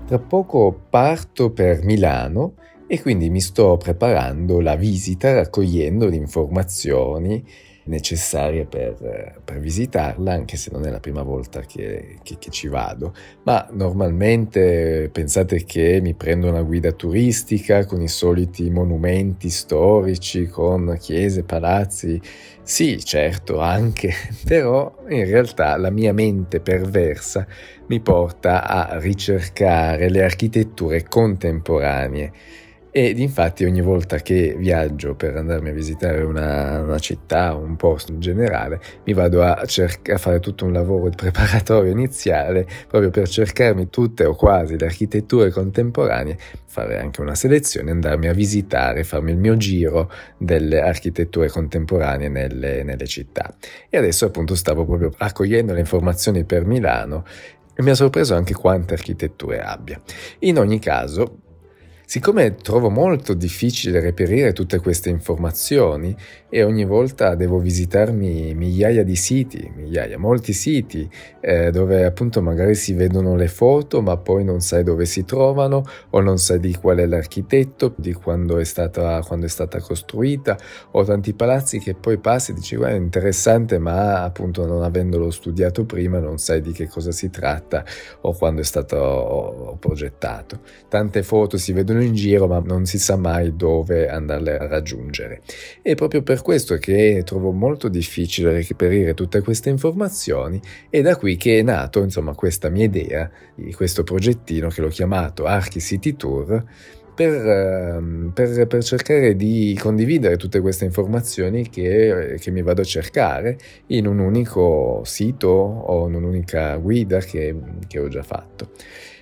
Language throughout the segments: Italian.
Tra poco parto per Milano e quindi mi sto preparando la visita raccogliendo le informazioni necessarie per visitarla, anche se non è la prima volta che ci vado. Ma normalmente pensate che mi prendo una guida turistica con i soliti monumenti storici, con chiese, palazzi? Sì, certo, anche, però in realtà la mia mente perversa mi porta a ricercare le architetture contemporanee. Ed infatti ogni volta che viaggio per andarmi a visitare una città, un posto in generale, mi vado a fare tutto un lavoro preparatorio iniziale proprio per cercarmi tutte o quasi le architetture contemporanee, fare anche una selezione, andarmi a visitare, farmi il mio giro delle architetture contemporanee nelle città. E adesso appunto stavo proprio raccogliendo le informazioni per Milano e mi ha sorpreso anche quante architetture abbia. In ogni caso, siccome trovo molto difficile reperire tutte queste informazioni e ogni volta devo visitarmi molti siti, dove appunto magari si vedono le foto ma poi non sai dove si trovano o non sai di qual è l'architetto, di quando è stata costruita, o tanti palazzi che poi passi e dici guarda, è interessante, ma appunto non avendolo studiato prima non sai di che cosa si tratta o quando è stato progettato. Tante foto si vedono in giro ma non si sa mai dove andarle a raggiungere. E proprio per questo che trovo molto difficile reperire tutte queste informazioni, e da qui che è nato insomma questa mia idea di questo progettino che l'ho chiamato Archi City Tour, per cercare di condividere tutte queste informazioni che mi vado a cercare in un unico sito o in un'unica guida che ho già fatto.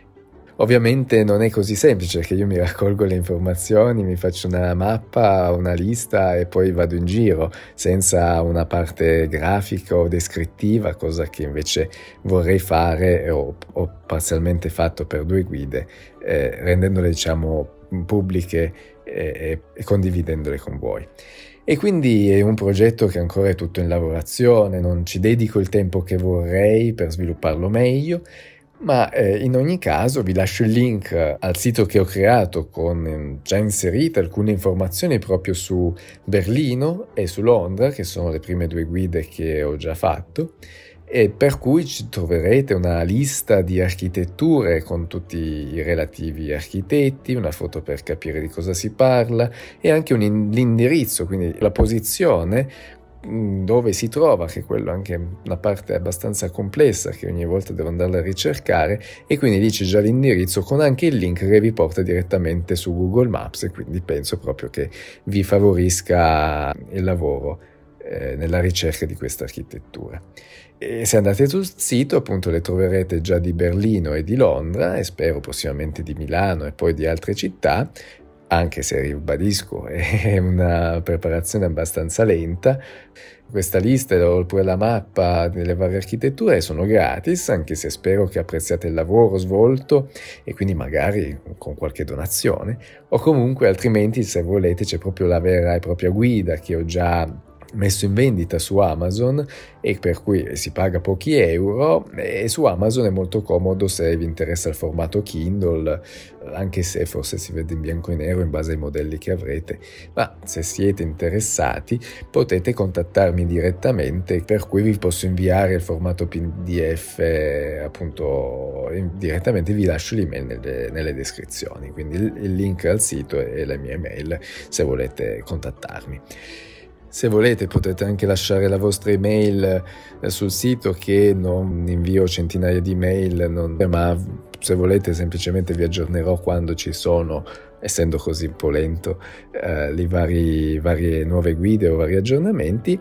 Ovviamente non è così semplice, che io mi raccolgo le informazioni, mi faccio una mappa, una lista e poi vado in giro senza una parte grafica o descrittiva, cosa che invece vorrei fare e ho parzialmente fatto per 2 guide, rendendole pubbliche e condividendole con voi. E quindi è un progetto che ancora è tutto in lavorazione, non ci dedico il tempo che vorrei per svilupparlo meglio, ma in ogni caso vi lascio il link al sito che ho creato con già inserite alcune informazioni proprio su Berlino e su Londra, che sono le prime 2 guide che ho già fatto, e per cui ci troverete una lista di architetture con tutti i relativi architetti, una foto per capire di cosa si parla e anche l'indirizzo, quindi la posizione dove si trova, che è quello anche una parte abbastanza complessa che ogni volta devo andarla a ricercare, e quindi lì c'è già l'indirizzo con anche il link che vi porta direttamente su Google Maps, e quindi penso proprio che vi favorisca il lavoro nella ricerca di questa architettura. E se andate sul sito appunto le troverete già di Berlino e di Londra, e spero prossimamente di Milano e poi di altre città, anche se ribadisco è una preparazione abbastanza lenta. Questa lista oppure la mappa delle varie architetture sono gratis, anche se spero che apprezziate il lavoro svolto e quindi magari con qualche donazione, o comunque altrimenti se volete c'è proprio la vera e propria guida che ho già messo in vendita su Amazon, e per cui si paga pochi euro, e su Amazon è molto comodo se vi interessa il formato Kindle, anche se forse si vede in bianco e nero in base ai modelli che avrete, ma se siete interessati potete contattarmi direttamente, per cui vi posso inviare il formato PDF appunto direttamente, vi lascio l'email nelle descrizioni, quindi il link al sito e la mia email se volete contattarmi. Se volete potete anche lasciare la vostra email sul sito, che non invio centinaia di email, ma se volete semplicemente vi aggiornerò quando ci sono, essendo così un po' lento, le varie nuove guide o vari aggiornamenti.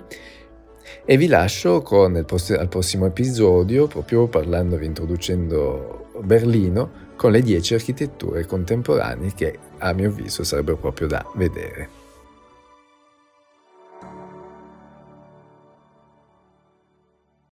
E vi lascio al prossimo episodio, proprio introducendo Berlino con le 10 architetture contemporanee che a mio avviso sarebbero proprio da vedere.